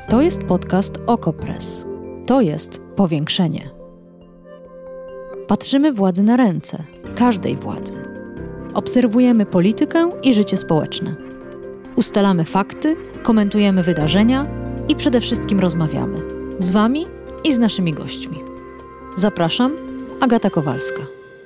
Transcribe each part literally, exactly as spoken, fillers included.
To jest podcast Okopres. To jest powiększenie. Patrzymy władzy na ręce, każdej władzy. Obserwujemy politykę i życie społeczne. Ustalamy fakty, komentujemy wydarzenia i przede wszystkim rozmawiamy. Z Wami i z naszymi gośćmi. Zapraszam, Agata Kowalska.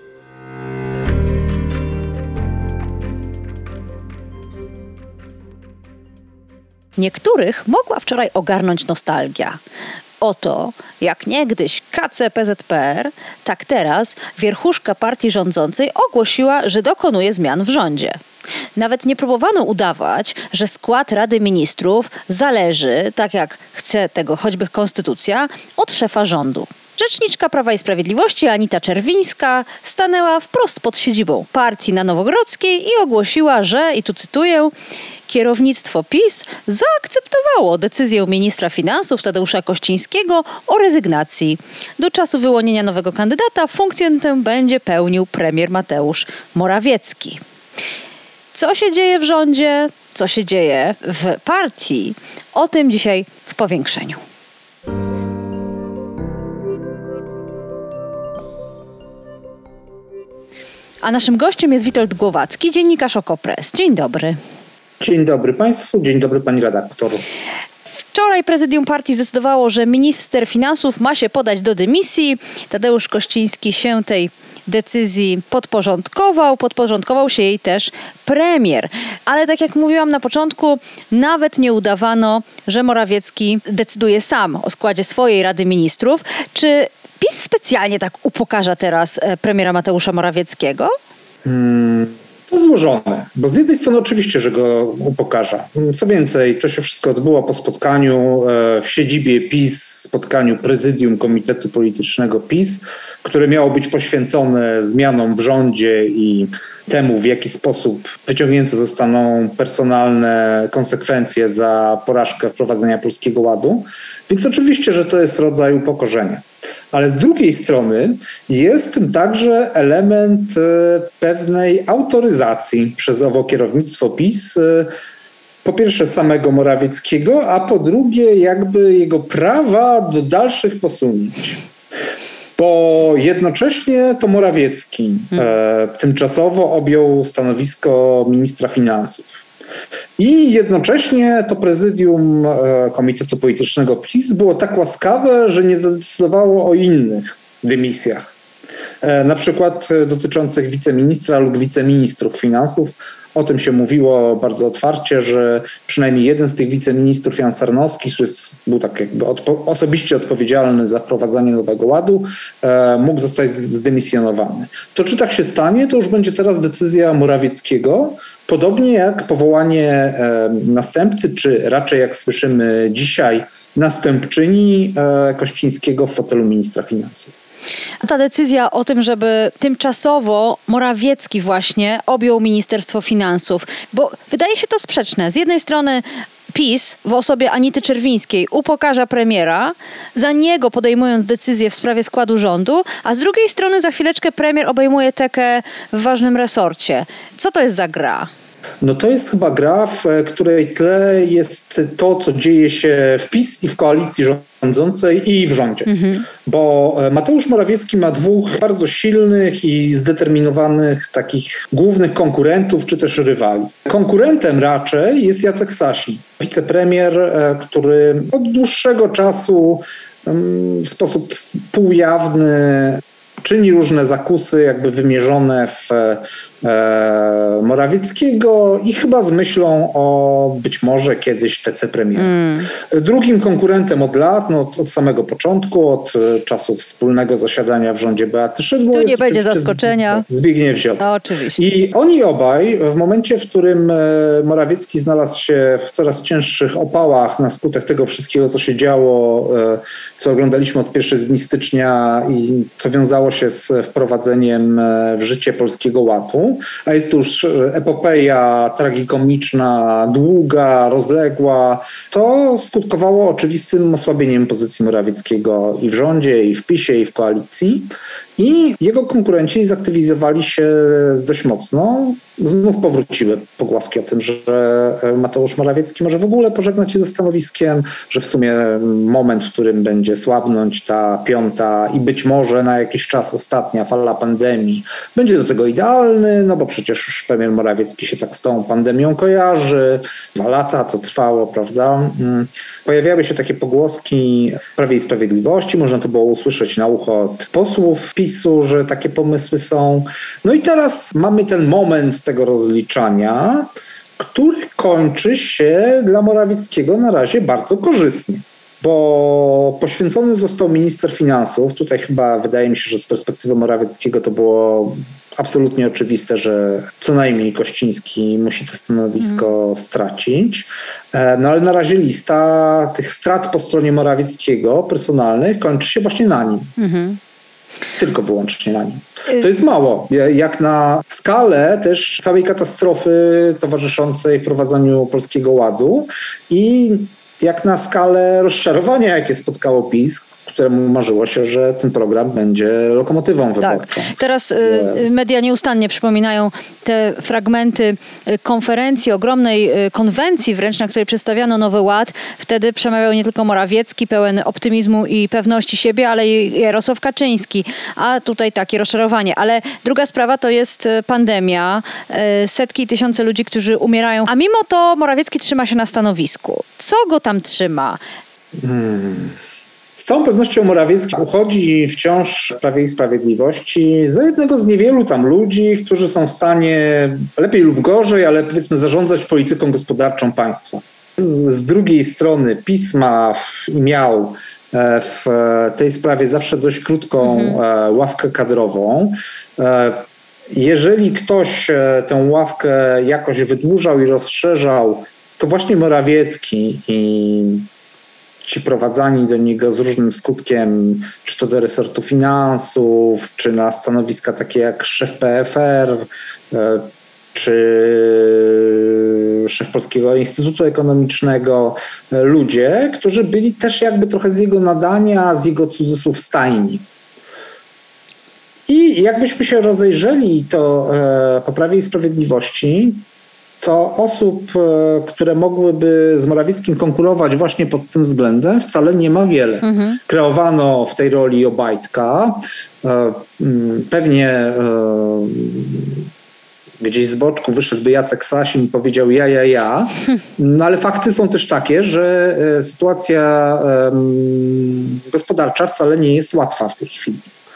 Niektórych mogła wczoraj ogarnąć nostalgia. Oto, jak niegdyś K C P Z P R, tak teraz wierchuszka partii rządzącej ogłosiła, że dokonuje zmian w rządzie. Nawet nie próbowano udawać, że skład Rady Ministrów zależy, tak jak chce tego choćby konstytucja, od szefa rządu. Rzeczniczka Prawa i Sprawiedliwości Anita Czerwińska stanęła wprost pod siedzibą partii na Nowogrodzkiej i ogłosiła, że, i tu cytuję, kierownictwo PiS zaakceptowało decyzję ministra finansów Tadeusza Kościńskiego o rezygnacji. Do czasu wyłonienia nowego kandydata funkcję tę będzie pełnił premier Mateusz Morawiecki. Co się dzieje w rządzie, co się dzieje w partii? O tym dzisiaj w powiększeniu. A naszym gościem jest Witold Głowacki, dziennikarz Okopres. Dzień dobry. Dzień dobry Państwu, dzień dobry Pani redaktor. Wczoraj prezydium partii zdecydowało, że minister finansów ma się podać do dymisji. Tadeusz Kościński się tej decyzji podporządkował. Podporządkował się jej też premier. Ale tak jak mówiłam na początku, nawet nie udawano, że Morawiecki decyduje sam o składzie swojej Rady Ministrów. Czy PiS specjalnie tak upokarza teraz premiera Mateusza Morawieckiego? Hmm. To złożone, bo z jednej strony oczywiście, że go upokarza. Co więcej, to się wszystko odbyło po spotkaniu w siedzibie PiS, spotkaniu prezydium Komitetu Politycznego PiS, które miało być poświęcone zmianom w rządzie i temu, w jaki sposób wyciągnięte zostaną personalne konsekwencje za porażkę wprowadzenia Polskiego Ładu. Więc oczywiście, że to jest rodzaj upokorzenia. Ale z drugiej strony jest tym także element pewnej autoryzacji przez owo kierownictwo PiS, po pierwsze samego Morawieckiego, a po drugie jakby jego prawa do dalszych posunięć. Bo jednocześnie to Morawiecki e, tymczasowo objął stanowisko ministra finansów. I jednocześnie to prezydium e, Komitetu Politycznego PiS było tak łaskawe, że nie zadecydowało o innych dymisjach. E, na przykład dotyczących wiceministra lub wiceministrów finansów. O tym się mówiło bardzo otwarcie, że przynajmniej jeden z tych wiceministrów, Jan Sarnowski, który był tak jakby odpo- osobiście odpowiedzialny za wprowadzanie Nowego Ładu, e, mógł zostać zdymisjonowany. To czy tak się stanie, to już będzie teraz decyzja Morawieckiego, podobnie jak powołanie e, następcy, czy raczej jak słyszymy dzisiaj, następczyni e, Kościńskiego w fotelu ministra finansów. Ta decyzja o tym, żeby tymczasowo Morawiecki właśnie objął Ministerstwo Finansów, bo wydaje się to sprzeczne. Z jednej strony PiS w osobie Anity Czerwińskiej upokarza premiera, za niego podejmując decyzję w sprawie składu rządu, a z drugiej strony za chwileczkę premier obejmuje tekę w ważnym resorcie. Co to jest za gra? No to jest chyba gra, w której tle jest to, co dzieje się w PiS i w koalicji rządzącej i w rządzie. Mhm. Bo Mateusz Morawiecki ma dwóch bardzo silnych i zdeterminowanych takich głównych konkurentów, czy też rywali. Konkurentem raczej jest Jacek Sasin, wicepremier, który od dłuższego czasu w sposób półjawny czyni różne zakusy jakby wymierzone w e, Morawieckiego i chyba z myślą o być może kiedyś T C premiera. Mm. Drugim konkurentem od lat, no od, od samego początku, od czasów wspólnego zasiadania w rządzie Beaty Szydło. Tu nie będzie zaskoczenia. Zbigniew Ziobro. No, oczywiście. I oni obaj w momencie, w którym Morawiecki znalazł się w coraz cięższych opałach na skutek tego wszystkiego, co się działo, co oglądaliśmy od pierwszych dni stycznia i co wiązało się z wprowadzeniem w życie Polskiego Ładu, a jest to już epopeja tragikomiczna, długa, rozległa, to skutkowało oczywistym osłabieniem pozycji Morawieckiego i w rządzie, i w PiSie, i w koalicji. I jego konkurenci zaktywizowali się dość mocno. Znów powróciły pogłoski o tym, że Mateusz Morawiecki może w ogóle pożegnać się ze stanowiskiem, że w sumie moment, w którym będzie słabnąć ta piąta i być może na jakiś czas ostatnia fala pandemii, będzie do tego idealny, no bo przecież już premier Morawiecki się tak z tą pandemią kojarzy. Dwa lata to trwało, prawda? Pojawiały się takie pogłoski w Prawie i Sprawiedliwości, można to było usłyszeć na ucho od posłów PiSu, że takie pomysły są. No i teraz mamy ten moment tego rozliczania, który kończy się dla Morawieckiego na razie bardzo korzystnie, bo poświęcony został minister finansów. Tutaj chyba wydaje mi się, że z perspektywy Morawieckiego to było absolutnie oczywiste, że co najmniej Kościński musi to stanowisko mm. stracić. No ale na razie lista tych strat po stronie Morawieckiego personalnych kończy się właśnie na nim. Mm-hmm. Tylko wyłącznie na nim. To jest mało. Jak na skalę też całej katastrofy towarzyszącej wprowadzaniu Polskiego Ładu i jak na skalę rozczarowania, jakie spotkało PiS, któremu marzyło się, że ten program będzie lokomotywą wyborczą. Tak. Teraz media nieustannie przypominają te fragmenty konferencji, ogromnej konwencji wręcz, na której przedstawiano Nowy Ład. Wtedy przemawiał nie tylko Morawiecki, pełen optymizmu i pewności siebie, ale i Jarosław Kaczyński. A tutaj takie rozczarowanie. Ale druga sprawa to jest pandemia. Setki i tysiące ludzi, którzy umierają. A mimo to Morawiecki trzyma się na stanowisku. Co go tam trzyma? Hmm. Z całą pewnością Morawiecki uchodzi wciąż w Prawie i Sprawiedliwości za jednego z niewielu tam ludzi, którzy są w stanie lepiej lub gorzej, ale powiedzmy zarządzać polityką gospodarczą państwa. Z, z drugiej strony PiS ma i miał w tej sprawie zawsze dość krótką mhm. ławkę kadrową. Jeżeli ktoś tę ławkę jakoś wydłużał i rozszerzał, to właśnie Morawiecki i ci prowadzani do niego z różnym skutkiem, czy to do resortu finansów, czy na stanowiska takie jak szef P F R, czy szef Polskiego Instytutu Ekonomicznego, ludzie, którzy byli też jakby trochę z jego nadania, z jego cudzysłów stajni. I jakbyśmy się rozejrzeli to po Prawie i Sprawiedliwości, to osób, które mogłyby z Morawieckim konkurować właśnie pod tym względem, wcale nie ma wiele. Mhm. Kreowano w tej roli Obajtka. Pewnie gdzieś z boczku wyszedłby Jacek Sasin i powiedział ja, ja, ja. No ale fakty są też takie, że sytuacja gospodarcza wcale nie jest łatwa w tej chwili.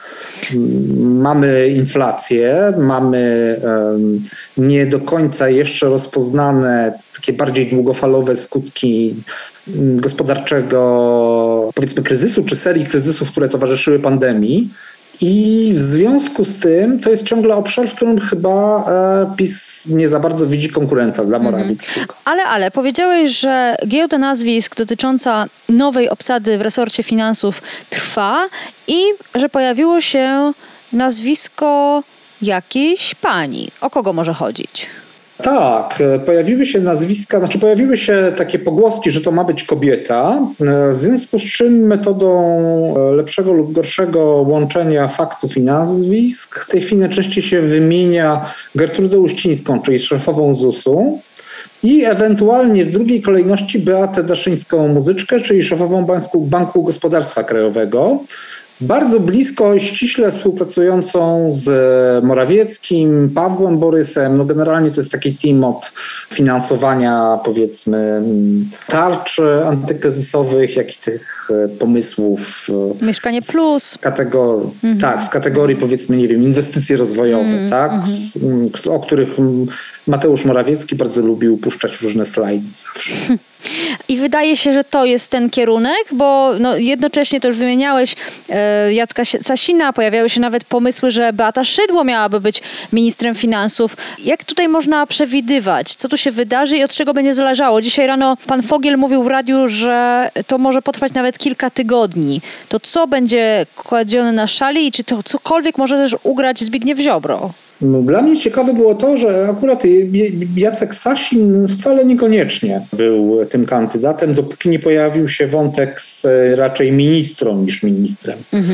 Mamy inflację, mamy um, nie do końca jeszcze rozpoznane takie bardziej długofalowe skutki gospodarczego, powiedzmy, kryzysu czy serii kryzysów, które towarzyszyły pandemii. I w związku z tym to jest ciągle obszar, w którym chyba e, PiS nie za bardzo widzi konkurenta dla Morawieckiego. Mhm. Ale, ale powiedziałeś, że giełda nazwisk dotycząca nowej obsady w resorcie finansów trwa i że pojawiło się nazwisko jakiejś pani. O kogo może chodzić? Tak, pojawiły się nazwiska, znaczy pojawiły się takie pogłoski, że to ma być kobieta, w związku z czym metodą lepszego lub gorszego łączenia faktów i nazwisk w tej chwili najczęściej się wymienia Gertrudę Uścińską, czyli szefową zusu, i ewentualnie w drugiej kolejności Beatę Daszyńską-Muzyczkę, czyli szefową Banku, Banku Gospodarstwa Krajowego. Bardzo blisko i ściśle współpracującą z Morawieckim, Pawłem Borysem. No generalnie to jest taki team od finansowania, powiedzmy, tarcz antykryzysowych, jak i tych pomysłów. Mieszkanie Plus. Kategorii, mhm. Tak, z kategorii, powiedzmy, nie wiem, inwestycje rozwojowe, mhm. tak, z, o których Mateusz Morawiecki bardzo lubił puszczać różne slajdy zawsze. I wydaje się, że to jest ten kierunek, bo no jednocześnie to już wymieniałeś e, Jacka Sasina, pojawiały się nawet pomysły, że Beata Szydło miałaby być ministrem finansów. Jak tutaj można przewidywać, co tu się wydarzy i od czego będzie zależało? Dzisiaj rano pan Fogiel mówił w radiu, że to może potrwać nawet kilka tygodni. To co będzie kładzione na szali i czy to cokolwiek może też ugrać Zbigniew Ziobro? Dla mnie ciekawe było to, że akurat Jacek Sasin wcale niekoniecznie był tym kandydatem, dopóki nie pojawił się wątek z raczej ministrą niż ministrem. Mhm.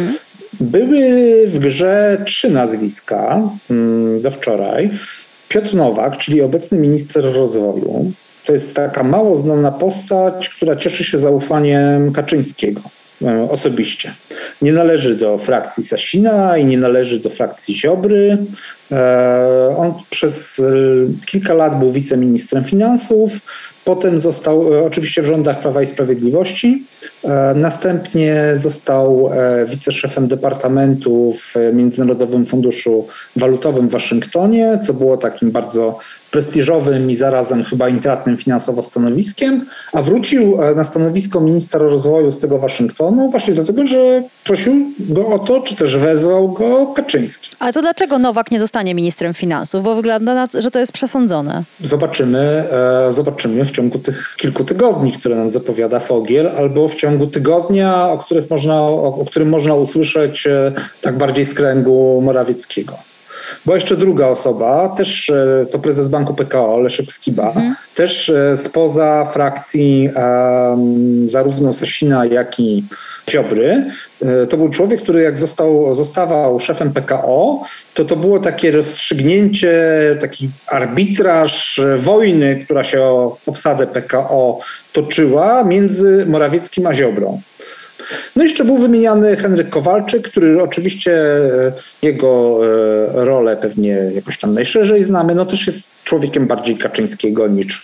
były w grze trzy nazwiska do wczoraj. Piotr Nowak, czyli obecny minister rozwoju, to jest taka mało znana postać, która cieszy się zaufaniem Kaczyńskiego osobiście. Nie należy do frakcji Sasina i nie należy do frakcji Ziobry. On przez kilka lat był wiceministrem finansów, potem został oczywiście w rządach Prawa i Sprawiedliwości, następnie został wiceszefem Departamentu w Międzynarodowym Funduszu Walutowym w Waszyngtonie, co było takim bardzo prestiżowym i zarazem chyba intratnym finansowo stanowiskiem, a wrócił na stanowisko ministra rozwoju z tego Waszyngtonu właśnie dlatego, że prosił go o to, czy też wezwał go Kaczyński. Ale to dlaczego Nowak nie zostanie ministrem finansów? Bo wygląda na to, że to jest przesądzone. Zobaczymy, e, zobaczymy w ciągu tych kilku tygodni, które nam zapowiada Fogiel, albo w ciągu tygodnia, o, których można, o, o którym można usłyszeć e, tak bardziej z kręgu Morawieckiego. Była jeszcze druga osoba, też to prezes Banku P K O, Leszek Skiba, mhm. też spoza frakcji um, zarówno Sasina, jak i Ziobry. To był człowiek, który jak został, zostawał szefem P K O, to to było takie rozstrzygnięcie, taki arbitraż wojny, która się o obsadę P K O toczyła między Morawieckim a Ziobrą. No i jeszcze był wymieniany Henryk Kowalczyk, który oczywiście jego rolę pewnie jakoś tam najszerzej znamy, no też jest człowiekiem bardziej Kaczyńskiego niż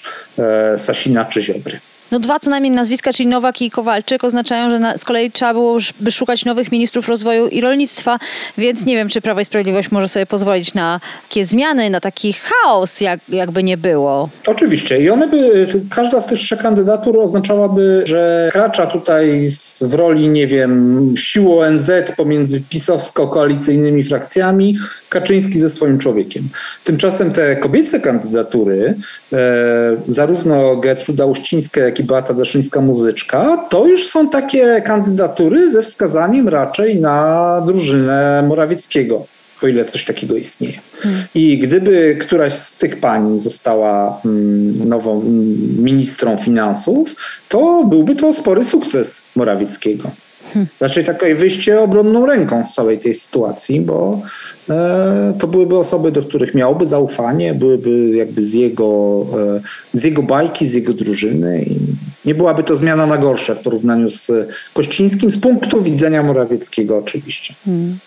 Sasina czy Ziobry. No dwa co najmniej nazwiska, czyli Nowak i Kowalczyk, oznaczają, że na, z kolei trzeba byłoby szukać nowych ministrów rozwoju i rolnictwa, więc nie wiem, czy Prawo i Sprawiedliwość może sobie pozwolić na takie zmiany, na taki chaos, jak, jakby nie było. Oczywiście i one by, każda z tych trzech kandydatur oznaczałaby, że kracza tutaj z, w roli, nie wiem, sił O N Z pomiędzy pisowsko-koalicyjnymi frakcjami, Kaczyński ze swoim człowiekiem. Tymczasem te kobiece kandydatury, e, zarówno Gertruda Uścińska, jak i Beata Daszyńska-Muzyczka, to już są takie kandydatury ze wskazaniem raczej na drużynę Morawieckiego, o ile coś takiego istnieje. Hmm. I gdyby któraś z tych pań została mm, nową mm, ministrą finansów, to byłby to spory sukces Morawieckiego. Hmm. Znaczy takie wyjście obronną ręką z całej tej sytuacji, bo e, to byłyby osoby, do których miałby zaufanie, byłyby jakby z jego, e, z jego bajki, z jego drużyny i nie byłaby to zmiana na gorsze w porównaniu z Kościńskim, z punktu widzenia Morawieckiego oczywiście. Hmm.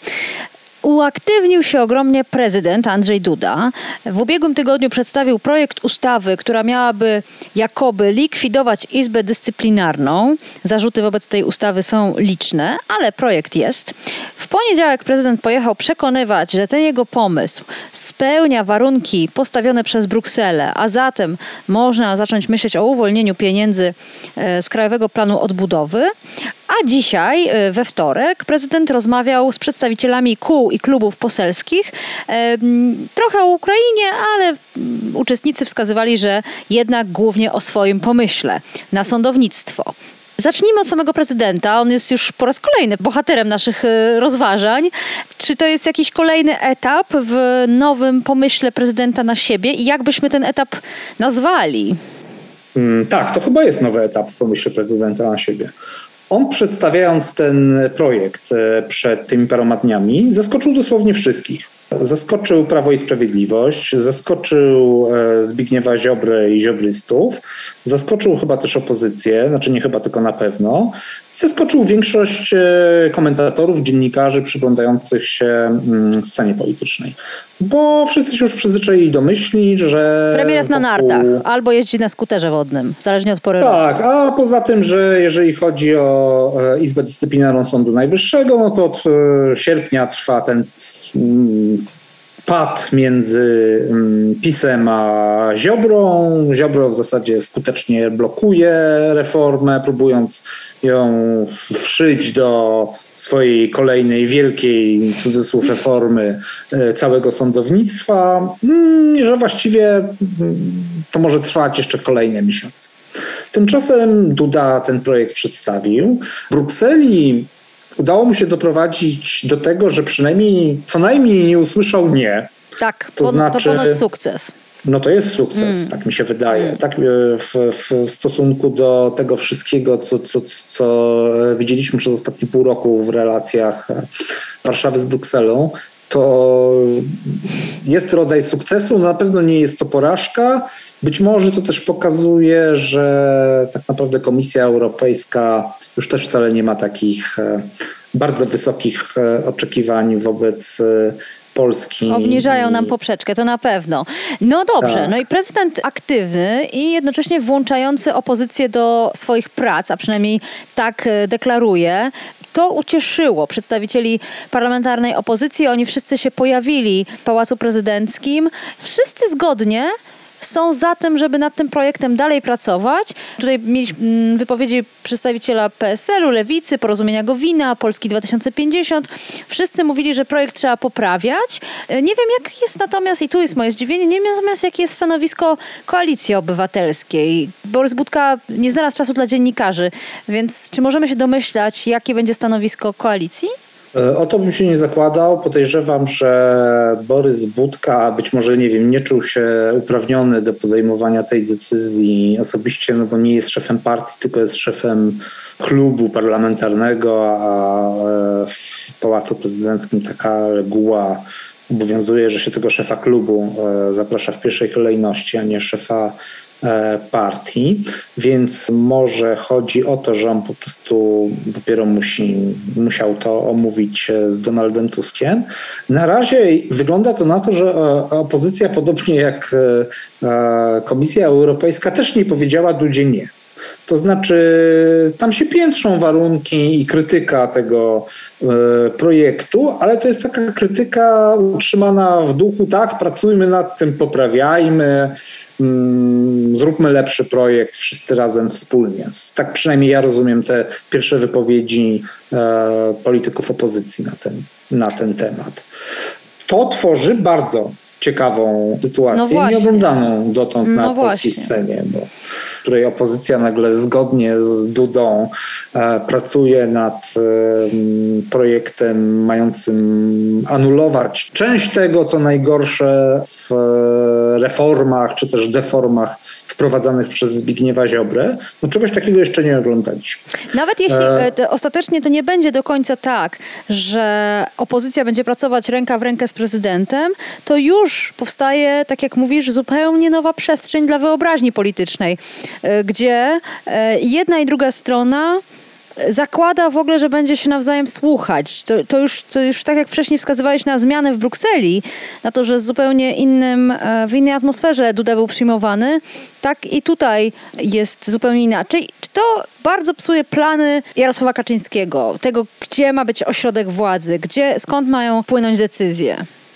Uaktywnił się ogromnie prezydent Andrzej Duda. W ubiegłym tygodniu przedstawił projekt ustawy, która miałaby jakoby likwidować Izbę Dyscyplinarną. Zarzuty wobec tej ustawy są liczne, ale projekt jest. W poniedziałek prezydent pojechał przekonywać, że ten jego pomysł spełnia warunki postawione przez Brukselę, a zatem można zacząć myśleć o uwolnieniu pieniędzy z Krajowego Planu Odbudowy. A dzisiaj, we wtorek, prezydent rozmawiał z przedstawicielami kół i klubów poselskich. Trochę o Ukrainie, ale uczestnicy wskazywali, że jednak głównie o swoim pomyśle na sądownictwo. Zacznijmy od samego prezydenta. On jest już po raz kolejny bohaterem naszych rozważań. Czy to jest jakiś kolejny etap w nowym pomyśle prezydenta na siebie i jak byśmy ten etap nazwali? Hmm, tak, to chyba jest nowy etap w pomyśle prezydenta na siebie. On przedstawiając ten projekt przed tymi paroma dniami zaskoczył dosłownie wszystkich. Zaskoczył Prawo i Sprawiedliwość, zaskoczył Zbigniewa Ziobrę i ziobrystów, zaskoczył chyba też opozycję, znaczy nie chyba, tylko na pewno. Zaskoczył większość komentatorów, dziennikarzy przyglądających się scenie politycznej. Bo wszyscy się już przyzwyczaili do myśli, że... Premier jest na nartach albo jeździ na skuterze wodnym, zależnie od pory roku. Tak, a poza tym, że jeżeli chodzi o Izbę Dyscyplinarną Sądu Najwyższego, no to od sierpnia trwa ten pad między PiS-em a Ziobrą. Ziobro w zasadzie skutecznie blokuje reformę, próbując ją wszyć do swojej kolejnej wielkiej, w cudzysłów, reformy całego sądownictwa, że właściwie to może trwać jeszcze kolejne miesiące. Tymczasem Duda ten projekt przedstawił. W Brukseli udało mu się doprowadzić do tego, że przynajmniej co najmniej nie usłyszał nie. Tak, to, to, znaczy, to ponoć sukces. No to jest sukces, mm. tak mi się wydaje. Mm. Tak w, w stosunku do tego wszystkiego, co, co, co widzieliśmy przez ostatnie pół roku w relacjach Warszawy z Brukselą, to jest rodzaj sukcesu, na pewno nie jest to porażka. Być może to też pokazuje, że tak naprawdę Komisja Europejska już też wcale nie ma takich bardzo wysokich oczekiwań wobec Polski. Obniżają nam poprzeczkę, to na pewno. No dobrze, tak. No i prezydent aktywny i jednocześnie włączający opozycję do swoich prac, a przynajmniej tak deklaruje. To ucieszyło przedstawicieli parlamentarnej opozycji. Oni wszyscy się pojawili w Pałacu Prezydenckim. Wszyscy zgodnie są za tym, żeby nad tym projektem dalej pracować. Tutaj mieliśmy wypowiedzi przedstawiciela P S L u, Lewicy, Porozumienia Gowina, Polski dwa tysiące pięćdziesiąt. Wszyscy mówili, że projekt trzeba poprawiać. Nie wiem, jak jest natomiast, i tu jest moje zdziwienie, nie wiem natomiast, jakie jest stanowisko Koalicji Obywatelskiej. Borys Budka nie znalazł czasu dla dziennikarzy, więc czy możemy się domyślać, jakie będzie stanowisko koalicji? O to bym się nie zakładał. Podejrzewam, że Borys Budka być może, nie wiem, nie czuł się uprawniony do podejmowania tej decyzji osobiście, no bo nie jest szefem partii, tylko jest szefem klubu parlamentarnego, a w Pałacu Prezydenckim taka reguła obowiązuje, że się tego szefa klubu zaprasza w pierwszej kolejności, a nie szefa partii, więc może chodzi o to, że on po prostu dopiero musi, musiał to omówić z Donaldem Tuskiem. Na razie wygląda to na to, że opozycja, podobnie jak Komisja Europejska, też nie powiedziała Dudzie nie. To znaczy tam się piętrzą warunki i krytyka tego projektu, ale to jest taka krytyka utrzymana w duchu, tak, pracujmy nad tym, poprawiajmy, zróbmy lepszy projekt wszyscy razem wspólnie. Tak przynajmniej ja rozumiem te pierwsze wypowiedzi e, polityków opozycji na ten, na ten temat. To tworzy bardzo ciekawą sytuację, no nieoglądaną dotąd no na polskiej scenie, bo w której opozycja nagle zgodnie z Dudą e, pracuje nad e, projektem mającym anulować część tego, co najgorsze w e, reformach czy też deformach wprowadzanych przez Zbigniewa Ziobrę. No czegoś takiego jeszcze nie oglądaliśmy. Nawet jeśli e... to ostatecznie to nie będzie do końca tak, że opozycja będzie pracować ręka w rękę z prezydentem, to już powstaje, tak jak mówisz, zupełnie nowa przestrzeń dla wyobraźni politycznej, gdzie jedna i druga strona zakłada w ogóle, że będzie się nawzajem słuchać. To, to, już, to już tak jak wcześniej wskazywałeś na zmiany w Brukseli, na to, że zupełnie innym, w innej atmosferze Duda był przyjmowany, tak i tutaj jest zupełnie inaczej. Czy to bardzo psuje plany Jarosława Kaczyńskiego, tego, gdzie ma być ośrodek władzy, gdzie, skąd mają płynąć decyzje?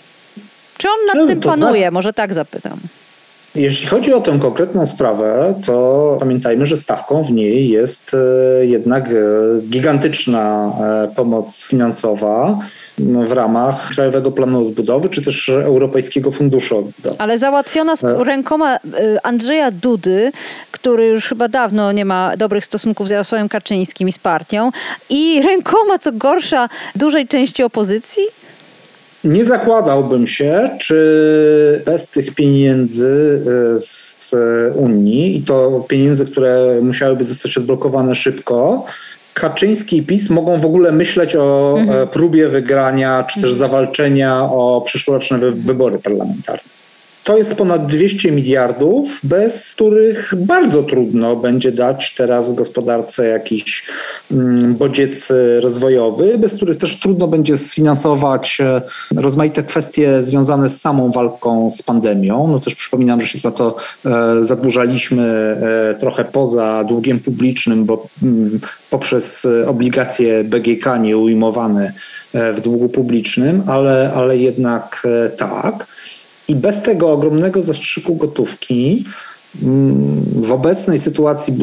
Czy on nad no, tym panuje? Za... Może tak zapytam. Jeśli chodzi o tę konkretną sprawę, to pamiętajmy, że stawką w niej jest jednak gigantyczna pomoc finansowa w ramach Krajowego Planu Odbudowy, czy też Europejskiego Funduszu Odbudowy. Ale załatwiona rękoma Andrzeja Dudy, który już chyba dawno nie ma dobrych stosunków z Jarosławem Kaczyńskim i z partią, i rękoma, co gorsza, dużej części opozycji? Nie zakładałbym się, czy bez tych pieniędzy z Unii i to pieniędzy, które musiałyby zostać odblokowane szybko, Kaczyński i PiS mogą w ogóle myśleć o mhm. próbie wygrania, czy też zawalczenia o przyszłoroczne wy- wybory parlamentarne. To jest ponad dwieście miliardów, bez których bardzo trudno będzie dać teraz gospodarce jakiś bodziec rozwojowy, bez których też trudno będzie sfinansować rozmaite kwestie związane z samą walką z pandemią. No też przypominam, że się za to zadłużaliśmy trochę poza długiem publicznym, bo poprzez obligacje B G K nie ujmowane w długu publicznym, ale, ale jednak tak. I bez tego ogromnego zastrzyku gotówki w obecnej sytuacji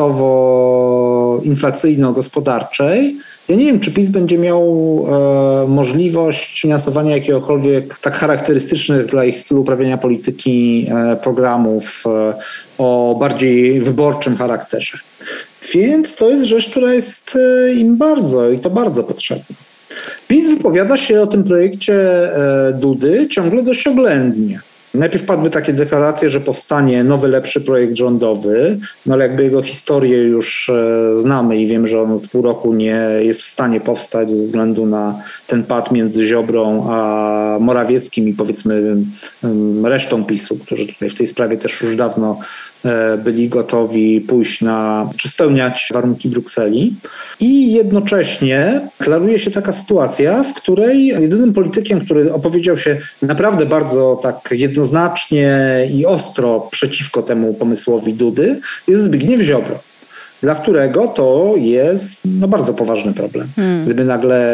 budżetowo-inflacyjno-gospodarczej, ja nie wiem, czy PiS będzie miał e, możliwość finansowania jakiegokolwiek tak charakterystycznych dla ich stylu uprawiania polityki e, programów e, o bardziej wyborczym charakterze. Więc to jest rzecz, która jest e, im bardzo i to bardzo potrzebna. PiS wypowiada się o tym projekcie Dudy ciągle dość oględnie. Najpierw padły takie deklaracje, że powstanie nowy, lepszy projekt rządowy, no ale jakby jego historię już znamy i wiem, że on od pół roku nie jest w stanie powstać ze względu na ten pad między Ziobrą a Morawieckim i powiedzmy resztą PiSu, którzy tutaj w tej sprawie też już dawno byli gotowi pójść na, czy spełniać warunki Brukseli. I jednocześnie klaruje się taka sytuacja, w której jedynym politykiem, który opowiedział się naprawdę bardzo tak jednoznacznie i ostro przeciwko temu pomysłowi Dudy, jest Zbigniew Ziobro, dla którego to jest no, bardzo poważny problem. Hmm. Gdyby nagle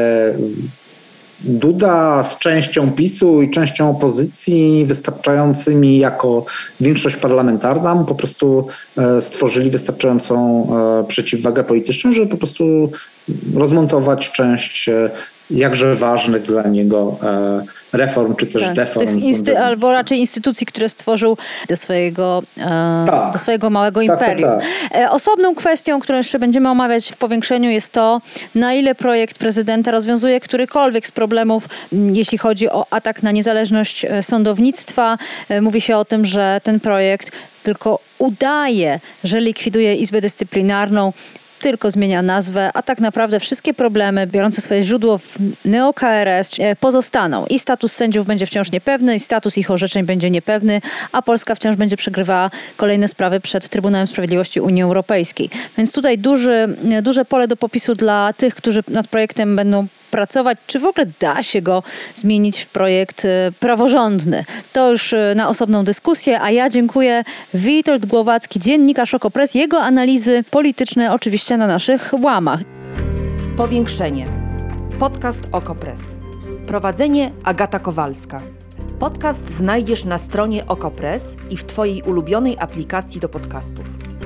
Duda z częścią PiSu i częścią opozycji wystarczającymi jako większość parlamentarna po prostu stworzyli wystarczającą przeciwwagę polityczną, żeby po prostu rozmontować część jakże ważnych dla niego reform, czy też tak, deform. Tych insty- albo raczej instytucji, które stworzył do swojego, e, tak, do swojego małego tak, imperium. Tak, tak. E, osobną kwestią, którą jeszcze będziemy omawiać w powiększeniu, jest to, na ile projekt prezydenta rozwiązuje którykolwiek z problemów, jeśli chodzi o atak na niezależność sądownictwa. E, mówi się o tym, że ten projekt tylko udaje, że likwiduje Izbę Dyscyplinarną, tylko zmienia nazwę, a tak naprawdę wszystkie problemy biorące swoje źródło w neo-K R S pozostaną. I status sędziów będzie wciąż niepewny, i status ich orzeczeń będzie niepewny, a Polska wciąż będzie przegrywała kolejne sprawy przed Trybunałem Sprawiedliwości Unii Europejskiej. Więc tutaj duży, duże pole do popisu dla tych, którzy nad projektem będą pracować, czy w ogóle da się go zmienić w projekt praworządny. To już na osobną dyskusję, a ja dziękuję. Witold Głowacki, dziennikarz Okopres, jego analizy polityczne oczywiście na naszych łamach. Powiększenie. Podcast Okopres. Prowadzenie Agata Kowalska. Podcast znajdziesz na stronie Okopres i w Twojej ulubionej aplikacji do podcastów.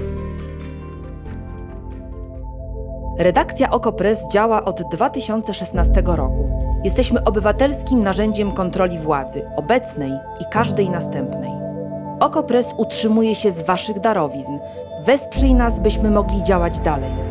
Redakcja Okopres działa od dwa tysiące szesnastego roku. Jesteśmy obywatelskim narzędziem kontroli władzy, obecnej i każdej następnej. Okopres utrzymuje się z Waszych darowizn. Wesprzyj nas, byśmy mogli działać dalej.